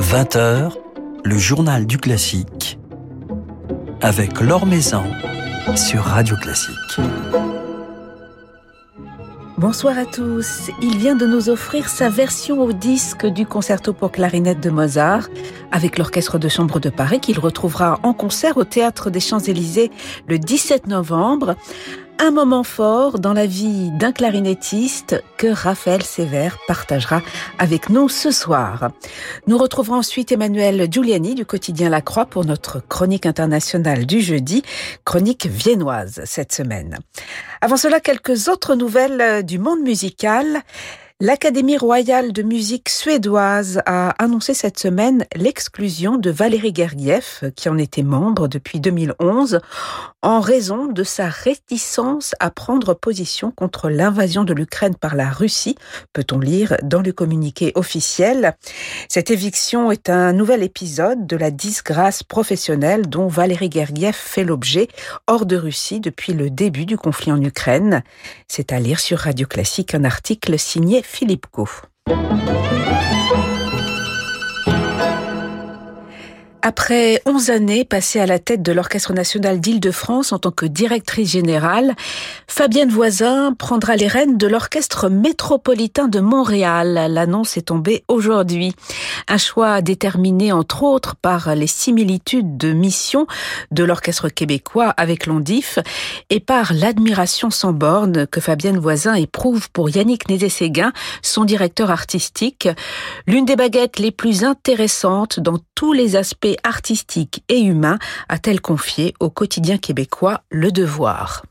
20h, le journal du classique avec Laure Maison sur Radio Classique. Bonsoir à tous. Il vient de nous offrir sa version au disque du concerto pour clarinette de Mozart avec l'Orchestre de chambre de Paris qu'il retrouvera en concert au Théâtre des Champs-Élysées le 17 novembre. Un moment fort dans la vie d'un clarinettiste que Raphaël Sévère partagera avec nous ce soir. Nous retrouverons ensuite Emmanuel Giuliani du quotidien La Croix pour notre chronique internationale du jeudi, chronique viennoise cette semaine. Avant cela, quelques autres nouvelles du monde musical. L'Académie royale de musique suédoise a annoncé cette semaine l'exclusion de Valéry Gergiev, qui en était membre depuis 2011, en raison de sa réticence à prendre position contre l'invasion de l'Ukraine par la Russie, peut-on lire dans le communiqué officiel. Cette éviction est un nouvel épisode de la disgrâce professionnelle dont Valéry Gergiev fait l'objet hors de Russie depuis le début du conflit en Ukraine. C'est à lire sur Radio Classique un article signé Philippe Gau. Après 11 années passées à la tête de l'Orchestre national d'Île-de-France en tant que directrice générale, Fabienne Voisin prendra les rênes de l'Orchestre métropolitain de Montréal. L'annonce est tombée aujourd'hui. Un choix déterminé entre autres par les similitudes de mission de l'Orchestre québécois avec l'ONDIF et par l'admiration sans borne que Fabienne Voisin éprouve pour Yannick Nézet-Séguin, son directeur artistique. L'une des baguettes les plus intéressantes dans tous les aspects artistique et humain, a-t-elle confié au quotidien québécois Le Devoir.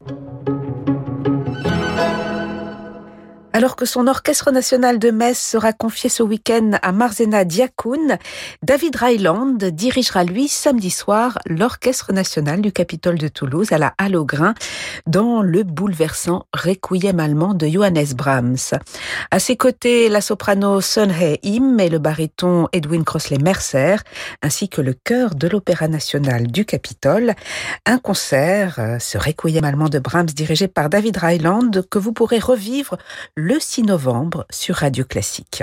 Alors que son orchestre national de Metz sera confié ce week-end à Marzena Diakoun, David Ryland dirigera lui samedi soir l'orchestre national du Capitole de Toulouse à la Halle aux Grains dans le bouleversant Requiem allemand de Johannes Brahms. À ses côtés, la soprano Sun Hye-im et le baryton Edwin Crossley-Mercer, ainsi que le chœur de l'Opéra national du Capitole. Un concert, ce Requiem allemand de Brahms dirigé par David Ryland, que vous pourrez revivre le 6 novembre sur Radio Classique.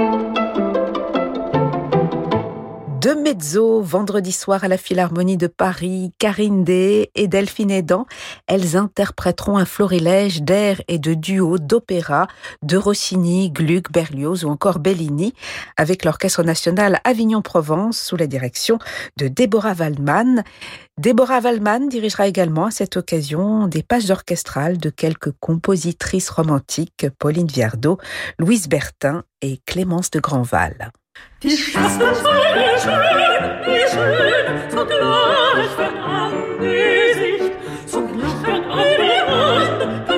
De mezzo, vendredi soir à la Philharmonie de Paris, Karine Day et Delphine Edan, elles interpréteront un florilège d'airs et de duos d'opéra de Rossini, Gluck, Berlioz ou encore Bellini, avec l'Orchestre national Avignon-Provence sous la direction de Deborah Waldman. Deborah Waldman dirigera également à cette occasion des pages orchestrales de quelques compositrices romantiques, Pauline Viardot, Louise Bertin et Clémence de Grandval. Die Schwestern wie schön, so gleich von Angesicht, so gleich von eine Hand,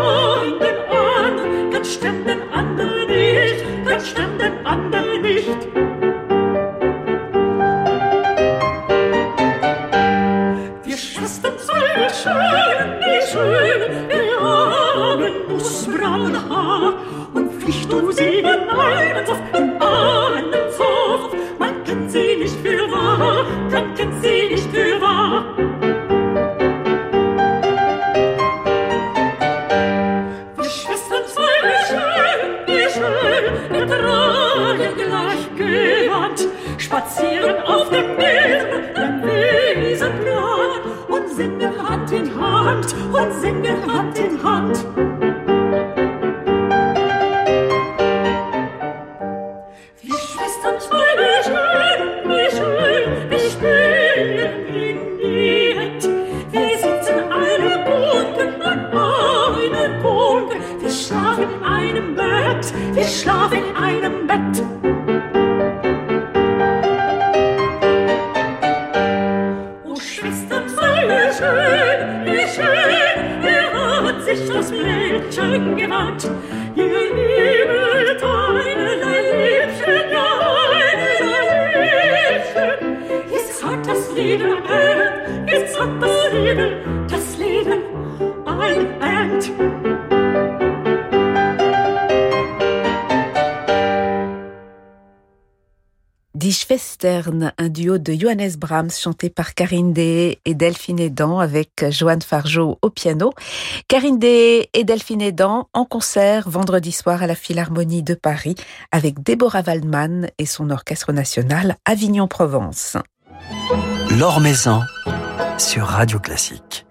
kann stemmen den anderen nicht, kann stemmen den anderen nicht. Wir Schwestern wie schön, wir haben nussbraun Haar und Pflicht um sie in einen Saft, in einen Zoff. Man kennt sie nicht für wahr, man kennt sie nicht für wahr. Wir Schwestern wie schön, wir tragen gleich Gewand, spazieren auf dem Meer, Wiesenplan und singen Hand in Hand, und singen Hand in Hand. Wir schlafen in einem Bett. O Schwestern, wie schön, wer hat sich das Mädchen gewandt? Ihr liebet einerlei Liebchen, ja, einerlei Liebchen. Jetzt hat das Leben ein Ende, jetzt hat das Leben ein Ende. Die Schwestern, un duo de Johannes Brahms chanté par Karine Deshayes et Delphine Edan avec Joanne Fargeau au piano. Karine Deshayes et Delphine Edan en concert vendredi soir à la Philharmonie de Paris avec Deborah Waldman et son orchestre national Avignon-Provence. L'Or Maison sur Radio Classique.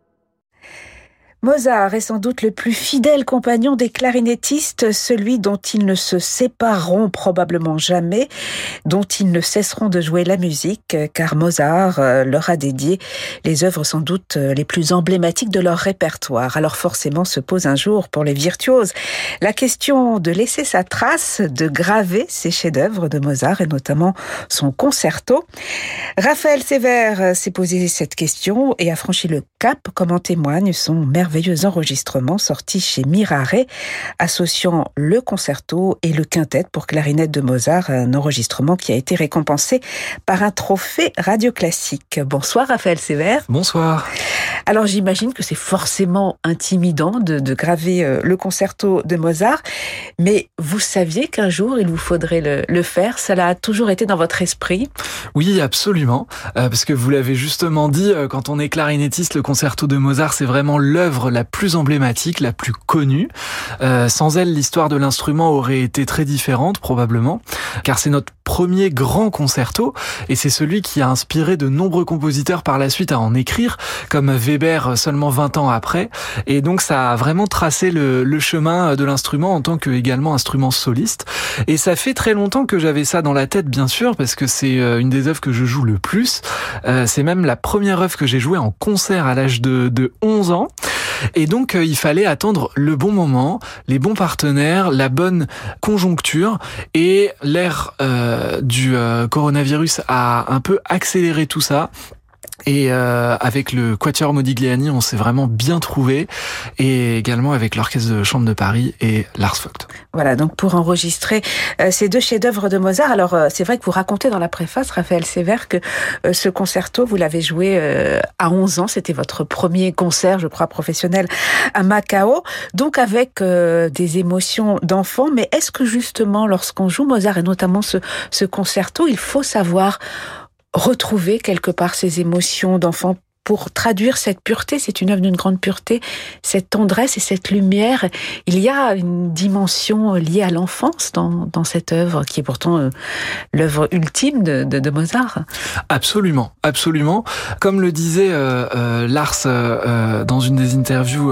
Mozart est sans doute le plus fidèle compagnon des clarinettistes, celui dont ils ne se sépareront probablement jamais, dont ils ne cesseront de jouer la musique, car Mozart leur a dédié les œuvres sans doute les plus emblématiques de leur répertoire. Alors forcément se pose un jour pour les virtuoses la question de laisser sa trace, de graver ces chefs-d'œuvre de Mozart et notamment son concerto. Raphaël Sévère s'est posé cette question et a franchi le cap, comme en témoigne son merveilleux enregistrements sortis chez Mirare, associant le concerto et le quintet pour clarinette de Mozart, un enregistrement qui a été récompensé par un trophée Radio Classique. Bonsoir Raphaël Sévère. Bonsoir. Alors j'imagine que c'est forcément intimidant de graver le concerto de Mozart, mais vous saviez qu'un jour il vous faudrait le faire, cela a toujours été dans votre esprit? Oui, absolument, parce que vous l'avez justement dit, quand on est clarinettiste, le concerto de Mozart, c'est vraiment l'œuvre la plus emblématique, la plus connue. Sans elle, l'histoire de l'instrument aurait été très différente, probablement, car c'est notre premier grand concerto, et c'est celui qui a inspiré de nombreux compositeurs par la suite à en écrire, comme Weber seulement 20 ans après, et donc ça a vraiment tracé le chemin de l'instrument en tant que également instrument soliste, et ça fait très longtemps que j'avais ça dans la tête, bien sûr, parce que c'est une des œuvres que je joue le plus. C'est même la première œuvre que j'ai jouée en concert à l'âge de 11 ans. Et donc, il fallait attendre le bon moment, les bons partenaires, la bonne conjoncture. Et l'ère du coronavirus a un peu accéléré tout ça. Et avec le Quatuor Modigliani, on s'est vraiment bien trouvé, et également avec l'Orchestre de Chambre de Paris et Lars Vogt. Voilà, donc pour enregistrer ces deux chefs-d'œuvre de Mozart. Alors c'est vrai que vous racontez dans la préface, Raphaël Sévère, que ce concerto, vous l'avez joué à 11 ans, c'était votre premier concert, je crois, professionnel à Macao, donc avec des émotions d'enfant. Mais est-ce que justement, lorsqu'on joue Mozart, et notamment ce concerto, il faut savoir retrouver quelque part ces émotions d'enfant pour traduire cette pureté? C'est une œuvre d'une grande pureté, cette tendresse et cette lumière. Il y a une dimension liée à l'enfance dans cette œuvre, qui est pourtant l'œuvre ultime de Mozart. Absolument, absolument. Comme le disait Lars dans une des interviews,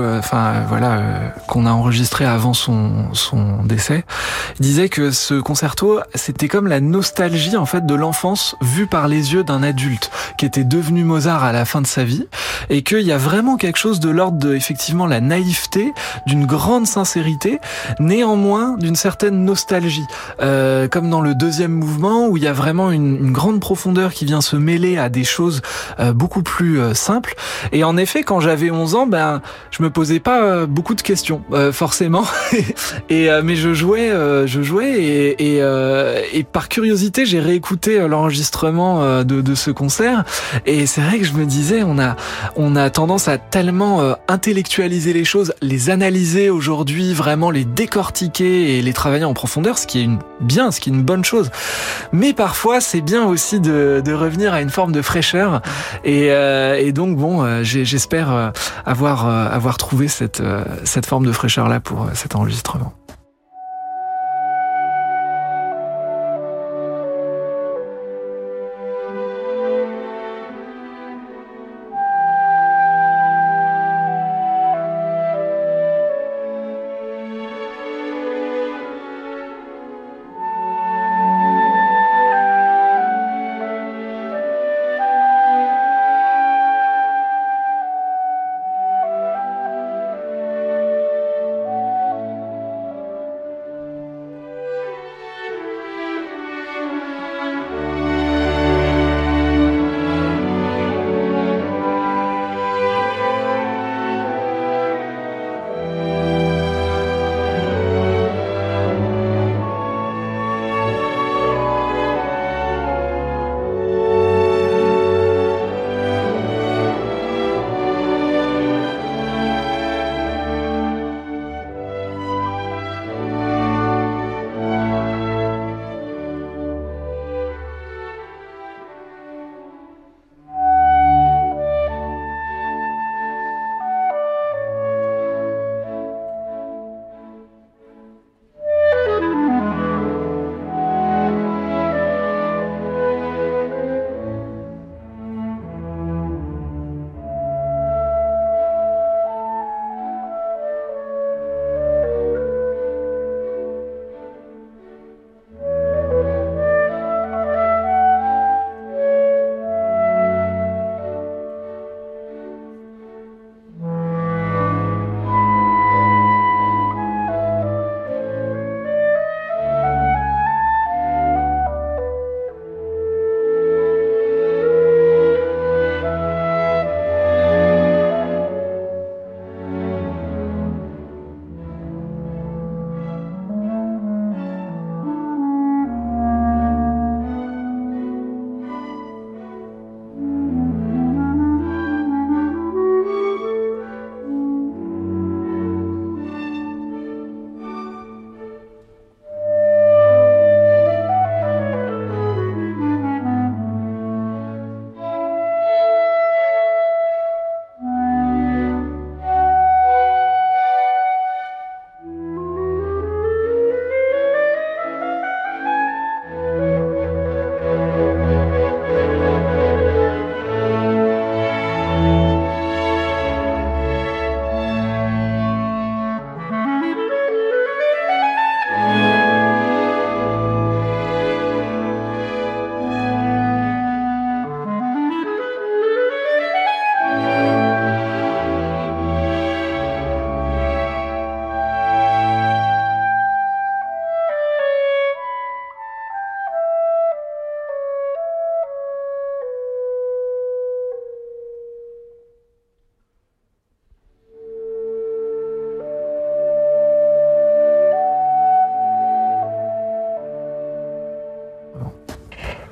qu'on a enregistré avant son décès, il disait que ce concerto, c'était comme la nostalgie en fait de l'enfance vue par les yeux d'un adulte qui était devenu Mozart à la fin de sa vie, et qu'il y a vraiment quelque chose de l'ordre de, effectivement, la naïveté, d'une grande sincérité, néanmoins d'une certaine nostalgie, comme dans le deuxième mouvement où il y a vraiment une grande profondeur qui vient se mêler à des choses beaucoup plus simples. Et en effet, quand j'avais 11 ans, je me posais pas beaucoup de questions, forcément, mais je jouais et par curiosité, j'ai réécouté l'enregistrement de ce concert, et c'est vrai que je me disais, on a tendance à tellement intellectualiser les choses, les analyser aujourd'hui, vraiment les décortiquer et les travailler en profondeur, ce qui est une bonne chose. Mais parfois, c'est bien aussi de revenir à une forme de fraîcheur. Et donc, j'espère avoir trouvé cette forme de fraîcheur-là pour cet enregistrement.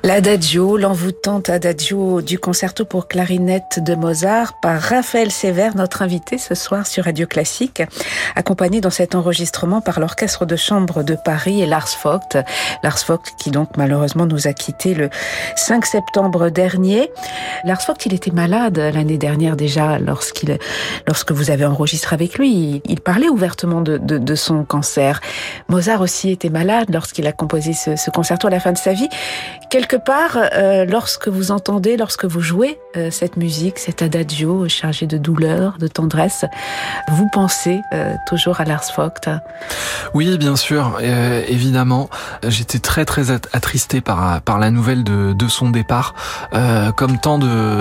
L'Adagio, l'envoûtant Adagio du concerto pour clarinette de Mozart par Raphaël Sévère, notre invité ce soir sur Radio Classique, accompagné dans cet enregistrement par l'Orchestre de chambre de Paris et Lars Vogt. Lars Vogt qui donc malheureusement nous a quittés le 5 septembre dernier. Lars Vogt, il était malade l'année dernière déjà lorsque vous avez enregistré avec lui. Il parlait ouvertement de son cancer. Mozart aussi était malade lorsqu'il a composé ce concerto à la fin de sa vie. Quelque part, lorsque vous jouez cette musique, cet adagio chargé de douleur, de tendresse, vous pensez toujours à Lars Vogt? Oui, bien sûr, évidemment. J'étais très très attristé par la nouvelle de son départ, comme tant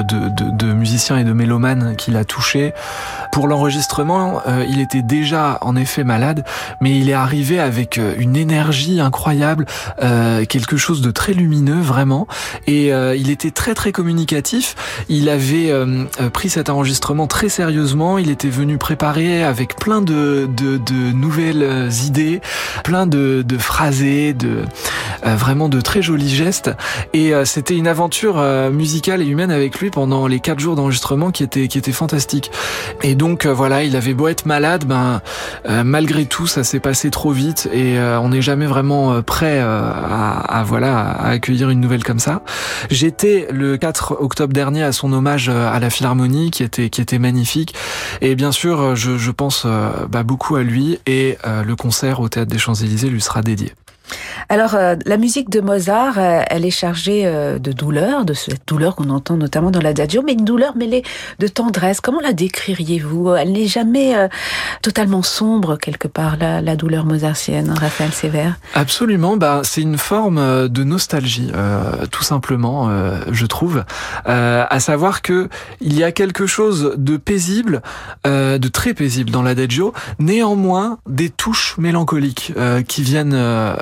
de musiciens et de mélomanes qu'il a touché. Pour l'enregistrement, il était déjà en effet malade, mais il est arrivé avec une énergie incroyable, quelque chose de très lumineux vraiment, et il était très très communicatif. Il avait pris cet enregistrement très sérieusement, il était venu préparer avec plein de nouvelles idées, plein de phrasés, vraiment de très jolis gestes, et c'était une aventure musicale et humaine avec lui pendant les 4 jours d'enregistrement qui était fantastique. Et donc voilà, il avait beau être malade, malgré tout ça s'est passé trop vite, et on n'est jamais vraiment prêt à accueillir une nouvelle comme ça. J'étais le 4 octobre dernier à son hommage à la Philharmonie qui était magnifique, et bien sûr je pense beaucoup à lui, et le concert au Théâtre des Champs-Élysées lui sera dédié. Alors, la musique de Mozart, elle est chargée de douleur, de cette douleur qu'on entend notamment dans l'Adagio, mais une douleur mêlée de tendresse. Comment la décririez-vous? Elle n'est jamais totalement sombre, quelque part, la douleur mozartienne, Raphaël Sévère? Absolument, c'est une forme de nostalgie, tout simplement, je trouve. À savoir que il y a quelque chose de paisible, de très paisible dans l'Adagio, néanmoins des touches mélancoliques qui viennent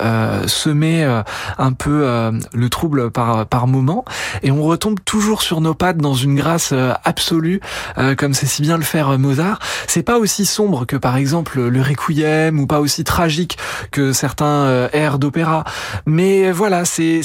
semer un peu le trouble par moment, et on retombe toujours sur nos pattes dans une grâce absolue, comme c'est si bien le faire Mozart. C'est pas aussi sombre que par exemple le Requiem, ou pas aussi tragique que certains airs d'opéra, mais voilà, c'est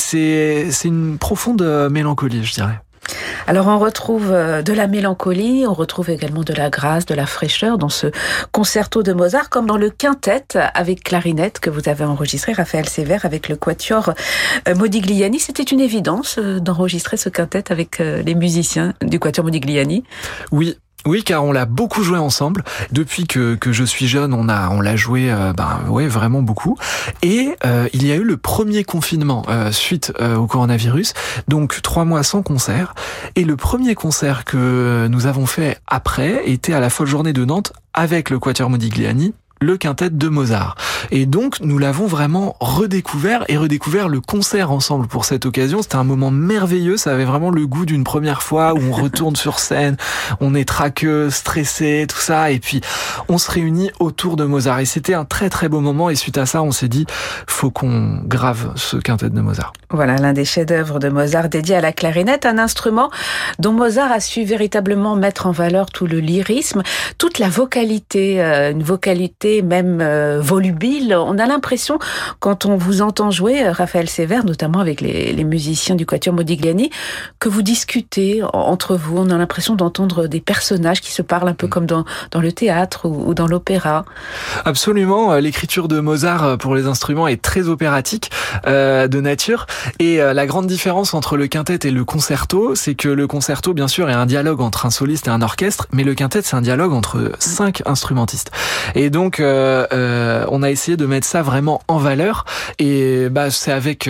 une profonde mélancolie, je dirais. Alors on retrouve de la mélancolie, on retrouve également de la grâce, de la fraîcheur dans ce concerto de Mozart, comme dans le quintet avec clarinette que vous avez enregistré, Raphaël Sévère, avec le quatuor Modigliani. C'était une évidence d'enregistrer ce quintet avec les musiciens du quatuor Modigliani? Oui, car on l'a beaucoup joué ensemble. Depuis que je suis jeune, on l'a joué, vraiment beaucoup. Et il y a eu le premier confinement suite au coronavirus, donc 3 mois sans concert. Et le premier concert que nous avons fait après était à la Folle Journée de Nantes avec le quatuor Modigliani, le quintet de Mozart. Et donc, nous l'avons vraiment redécouvert le concert ensemble pour cette occasion. C'était un moment merveilleux, ça avait vraiment le goût d'une première fois où on retourne sur scène, on est traqueux, stressé, tout ça, et puis on se réunit autour de Mozart. Et c'était un très très beau moment, et suite à ça, on s'est dit, faut qu'on grave ce quintet de Mozart. Voilà, l'un des chefs-d'œuvre de Mozart dédié à la clarinette, un instrument dont Mozart a su véritablement mettre en valeur tout le lyrisme, toute la vocalité, une vocalité même volubile. On a l'impression, quand on vous entend jouer, Raphaël Sévère, notamment avec les musiciens du quatuor Modigliani, que vous discutez entre vous. On a l'impression d'entendre des personnages qui se parlent un peu comme dans le théâtre ou dans l'opéra. Absolument, l'écriture de Mozart pour les instruments est très opératique de nature, et la grande différence entre le quintet et le concerto, c'est que le concerto, bien sûr, est un dialogue entre un soliste et un orchestre, mais le quintet, c'est un dialogue entre 5 instrumentistes. Et donc, on a essayé de mettre ça vraiment en valeur, et c'est avec,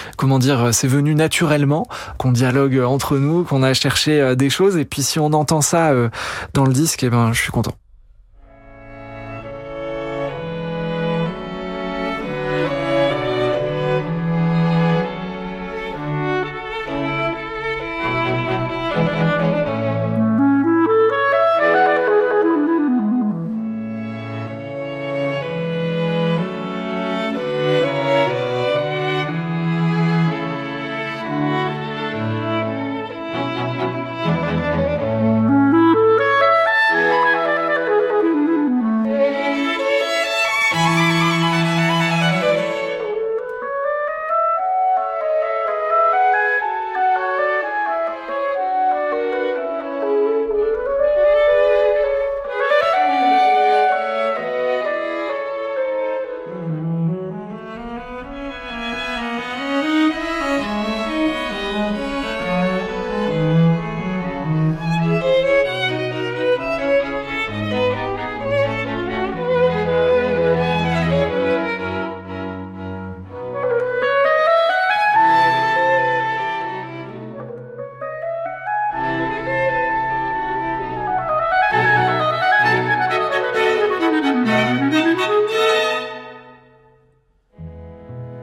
c'est venu naturellement qu'on dialogue entre nous, qu'on a cherché des choses, et puis si on entend ça dans le disque, je suis content.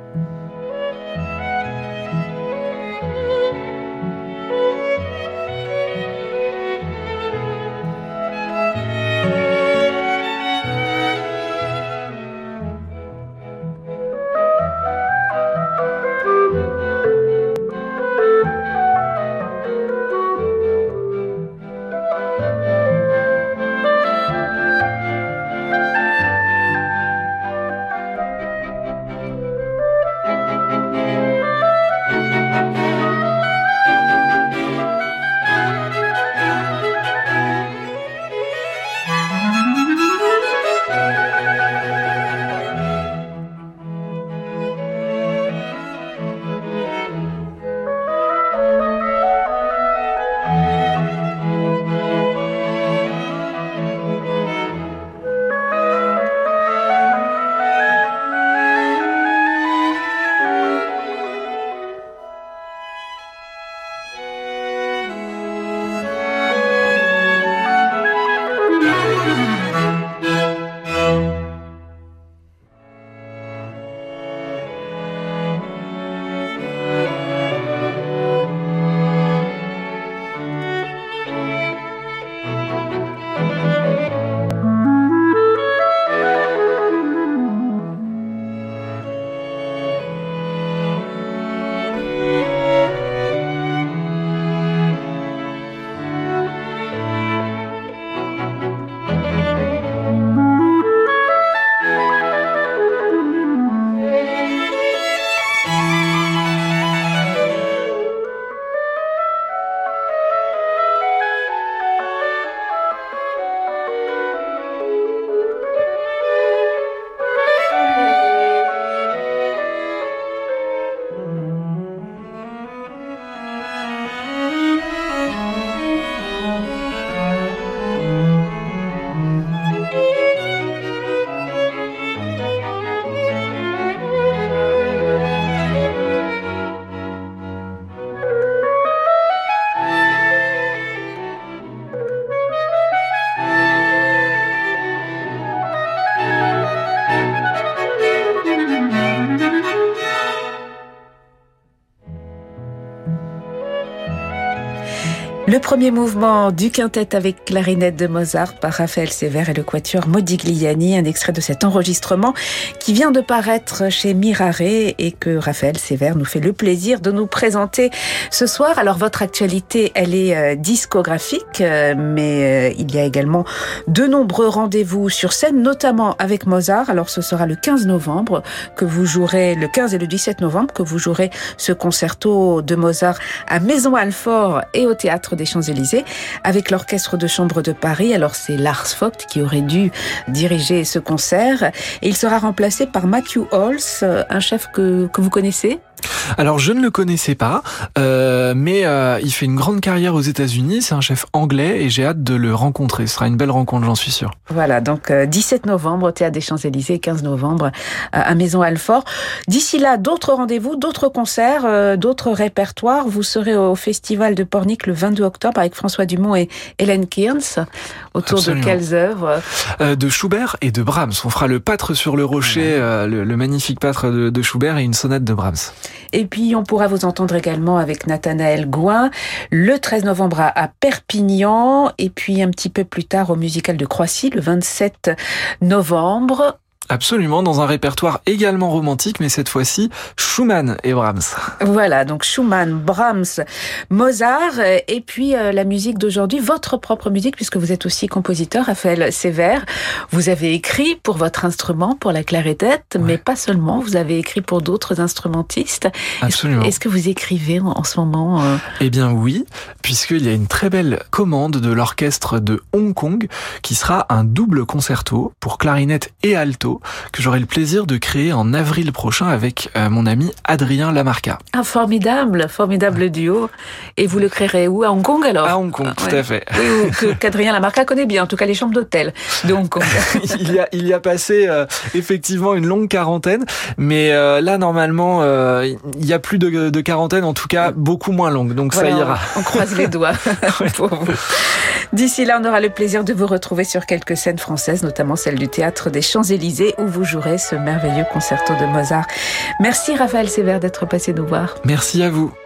Le premier mouvement du quintet avec clarinette de Mozart par Raphaël Sévère et le quatuor Modigliani, un extrait de cet enregistrement qui vient de paraître chez Mirare et que Raphaël Sévère nous fait le plaisir de nous présenter ce soir. Alors votre actualité, elle est discographique, mais il y a également de nombreux rendez-vous sur scène, notamment avec Mozart. Alors ce sera le 15 novembre que vous jouerez, le 15 et le 17 novembre que vous jouerez ce concerto de Mozart à Maison-Alfort et au Théâtre des Champs-Élysées avec l'Orchestre de Chambre de Paris. Alors c'est Lars Vogt qui aurait dû diriger ce concert et il sera remplacé par Matthew Holz, un chef que vous connaissez. Alors je ne le connaissais pas, mais il fait une grande carrière aux États-Unis, c'est un chef anglais et j'ai hâte de le rencontrer. Ce sera une belle rencontre, j'en suis sûr. Voilà, donc 17 novembre au Théâtre des Champs-Élysées, 15 novembre à Maison-Alfort. D'ici là, d'autres rendez-vous, d'autres concerts, d'autres répertoires. Vous serez au Festival de Pornic le 22 octobre avec François Dumont et Hélène Kearns. Autour Absolument. De quelles œuvres De Schubert et de Brahms. On fera le Pâtre sur le rocher, le magnifique Pâtre de Schubert et une sonate de Brahms. Et puis, on pourra vous entendre également avec Nathanaël Gouin le 13 novembre à Perpignan et puis un petit peu plus tard au Musical de Croissy le 27 novembre. Absolument, dans un répertoire également romantique, mais cette fois-ci, Schumann et Brahms. Voilà, donc Schumann, Brahms, Mozart, et puis la musique d'aujourd'hui, votre propre musique, puisque vous êtes aussi compositeur, Raphaël Sévère. Vous avez écrit pour votre instrument, pour la clarinette, mais pas seulement, vous avez écrit pour d'autres instrumentistes. Absolument. Est-ce que vous écrivez en ce moment Eh bien oui, puisqu'il y a une très belle commande de l'orchestre de Hong Kong, qui sera un double concerto pour clarinette et alto, que j'aurai le plaisir de créer en avril prochain avec mon ami Adrien Lamarca. Un formidable duo. Et vous le créerez où? À Hong Kong alors? À Hong Kong, tout à fait. Oui, qu'Adrien Lamarca connaît bien, en tout cas les chambres d'hôtel de Hong Kong. il y a passé effectivement une longue quarantaine, mais là normalement il y a plus de quarantaine, en tout cas beaucoup moins longue, donc voilà, ça ira. On croise les doigts pour vous. D'ici là, on aura le plaisir de vous retrouver sur quelques scènes françaises, notamment celle du Théâtre des Champs-Élysées, où vous jouerez ce merveilleux concerto de Mozart. Merci Raphaël Sévère d'être passé nous voir. Merci à vous.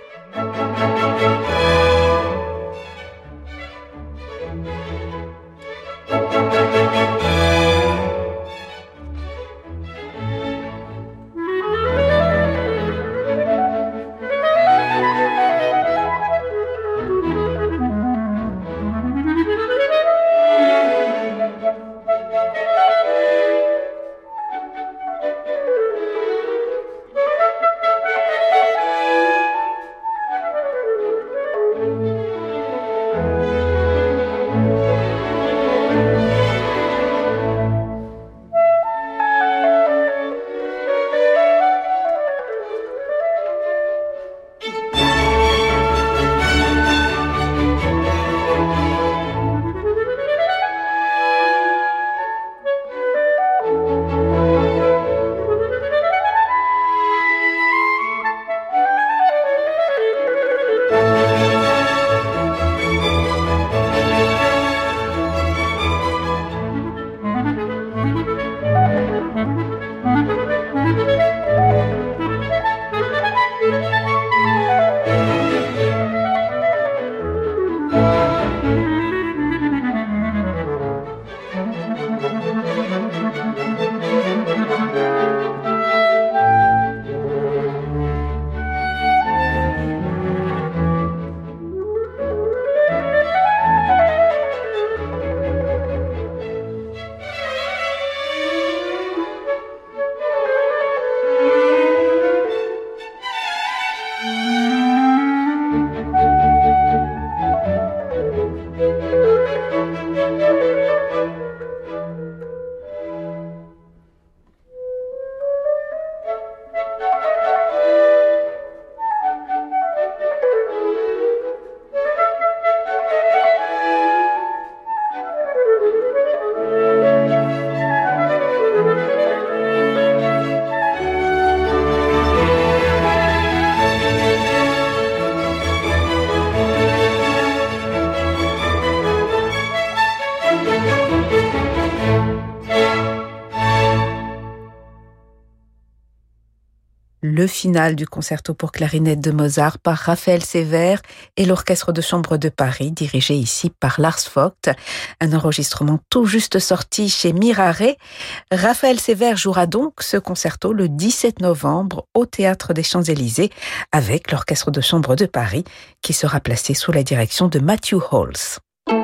Le final du concerto pour clarinette de Mozart par Raphaël Sévère et l'Orchestre de chambre de Paris, dirigé ici par Lars Vogt. Un enregistrement tout juste sorti chez Mirare. Raphaël Sévère jouera donc ce concerto le 17 novembre au Théâtre des Champs-Élysées avec l'Orchestre de chambre de Paris qui sera placé sous la direction de Matthew Halls.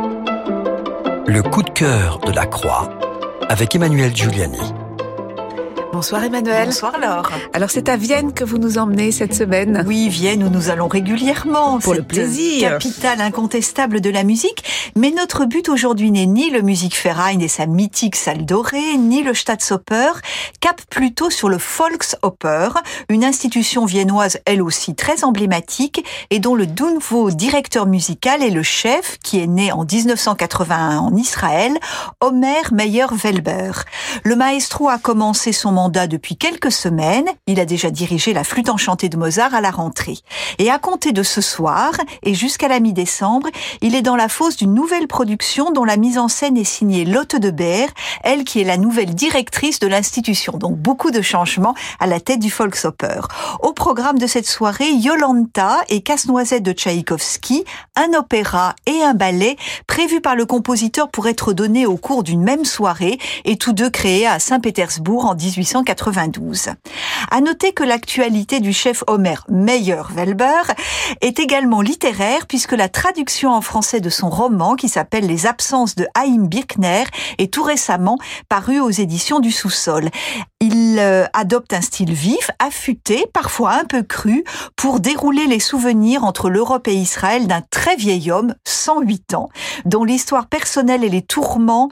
Le coup de cœur de la Croix avec Emmanuelle Giuliani. Bonsoir Emmanuelle. Bonsoir Laure. Alors c'est à Vienne que vous nous emmenez cette semaine. Oui, Vienne où nous allons régulièrement. Pour le plaisir. Capitale incontestable de la musique. Mais notre but aujourd'hui n'est ni le Musikverein et sa mythique salle dorée, ni le Staatsoper. Cap plutôt sur le Volksoper, une institution viennoise elle aussi très emblématique et dont le nouveau directeur musical est le chef qui est né en 1981 en Israël, Omer Meyer-Welber. Le maestro a commencé son mandat depuis quelques semaines. Il a déjà dirigé la flûte enchantée de Mozart à la rentrée. Et à compter de ce soir et jusqu'à la mi-décembre, il est dans la fosse d'une nouvelle production dont la mise en scène est signée Lotte de Beer, elle qui est la nouvelle directrice de l'institution. Donc beaucoup de changements à la tête du Volksoper. Au programme de cette soirée, Yolanta et Casse-Noisette de Tchaïkovski, un opéra et un ballet prévus par le compositeur pour être donnés au cours d'une même soirée et tous deux créés à Saint-Pétersbourg en 1892. À noter que l'actualité du chef Omer Meyer-Welber est également littéraire puisque la traduction en français de son roman qui s'appelle Les absences de Haïm Birkner est tout récemment paru aux éditions du Sous-Sol. Il adopte un style vif, affûté, parfois un peu cru, pour dérouler les souvenirs entre l'Europe et Israël d'un très vieil homme, 108 ans, dont l'histoire personnelle et les tourments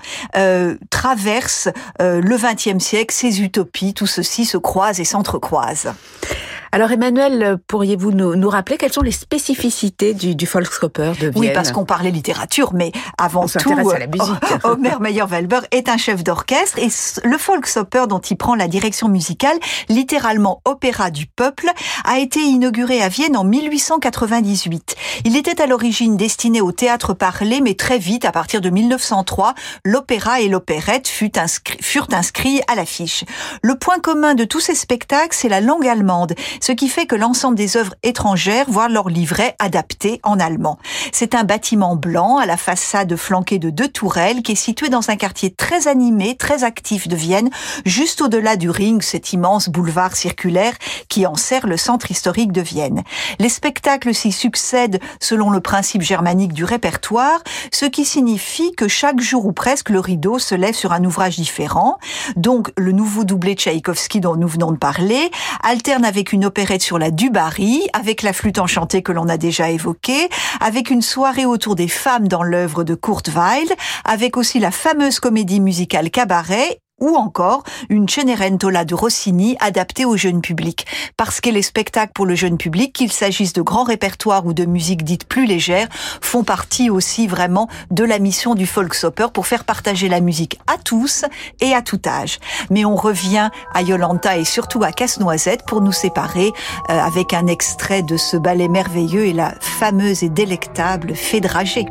traversent le XXe siècle, ses utopies, tout ceci se croise et s'entrecroise. Alors Emmanuel, pourriez-vous nous rappeler quelles sont les spécificités du Volksoper de Vienne? Oui, parce qu'on parlait littérature, mais avant tout, à la musique. Omer Meyer-Walber est un chef d'orchestre et le Volksoper dont il prend la direction musicale, littéralement opéra du peuple, a été inauguré à Vienne en 1898. Il était à l'origine destiné au théâtre parlé, mais très vite, à partir de 1903, l'opéra et l'opérette furent inscrits à l'affiche. Le point commun de tous ces spectacles, c'est la langue allemande, ce qui fait que l'ensemble des œuvres étrangères voient leur livret adapté en allemand. C'est un bâtiment blanc à la façade flanquée de 2 tourelles qui est situé dans un quartier très animé, très actif de Vienne, juste au-delà du Ring, cet immense boulevard circulaire qui enserre le centre historique de Vienne. Les spectacles s'y succèdent selon le principe germanique du répertoire, ce qui signifie que chaque jour ou presque le rideau se lève sur un ouvrage différent. Donc le nouveau doublé de Tchaïkovski dont nous venons de parler alterne avec une opérette sur la Du Barry, avec la flûte enchantée que l'on a déjà évoquée, avec une soirée autour des femmes dans l'œuvre de Kurt Weill, avec aussi la fameuse comédie musicale Cabaret, ou encore une Cenerentola de Rossini adaptée au jeune public. Parce que les spectacles pour le jeune public, qu'il s'agisse de grands répertoires ou de musique dite plus légère, font partie aussi vraiment de la mission du Volksoper pour faire partager la musique à tous et à tout âge. Mais on revient à Jolanta et surtout à Casse-Noisette pour nous séparer avec un extrait de ce ballet merveilleux et la fameuse et délectable Fée dragée.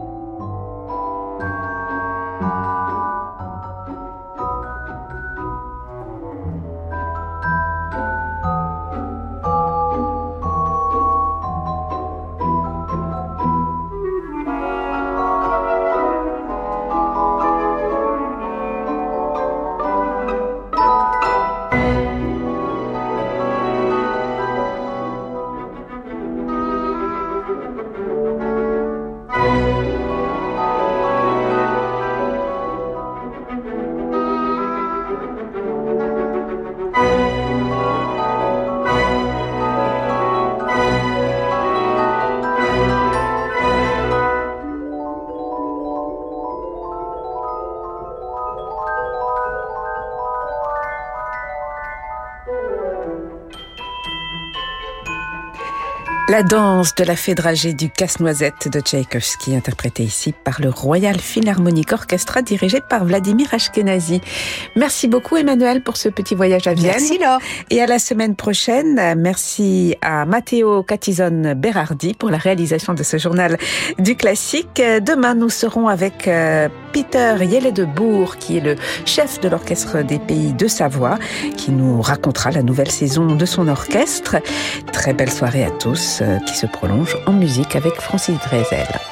La danse de la Fée dragée du Casse-Noisette de Tchaïkovski, interprétée ici par le Royal Philharmonic Orchestra, dirigé par Vladimir Ashkenazy. Merci beaucoup Emmanuel pour ce petit voyage à Vienne. Merci Laure. Et à la semaine prochaine. Merci à Matteo Catizone-Berardi pour la réalisation de ce journal du classique. Demain, nous serons avec Peter Yelle-de-Bourg, qui est le chef de l'orchestre des Pays de Savoie, qui nous racontera la nouvelle saison de son orchestre. Très belle soirée à tous, qui se prolonge en musique avec Francis Drezel.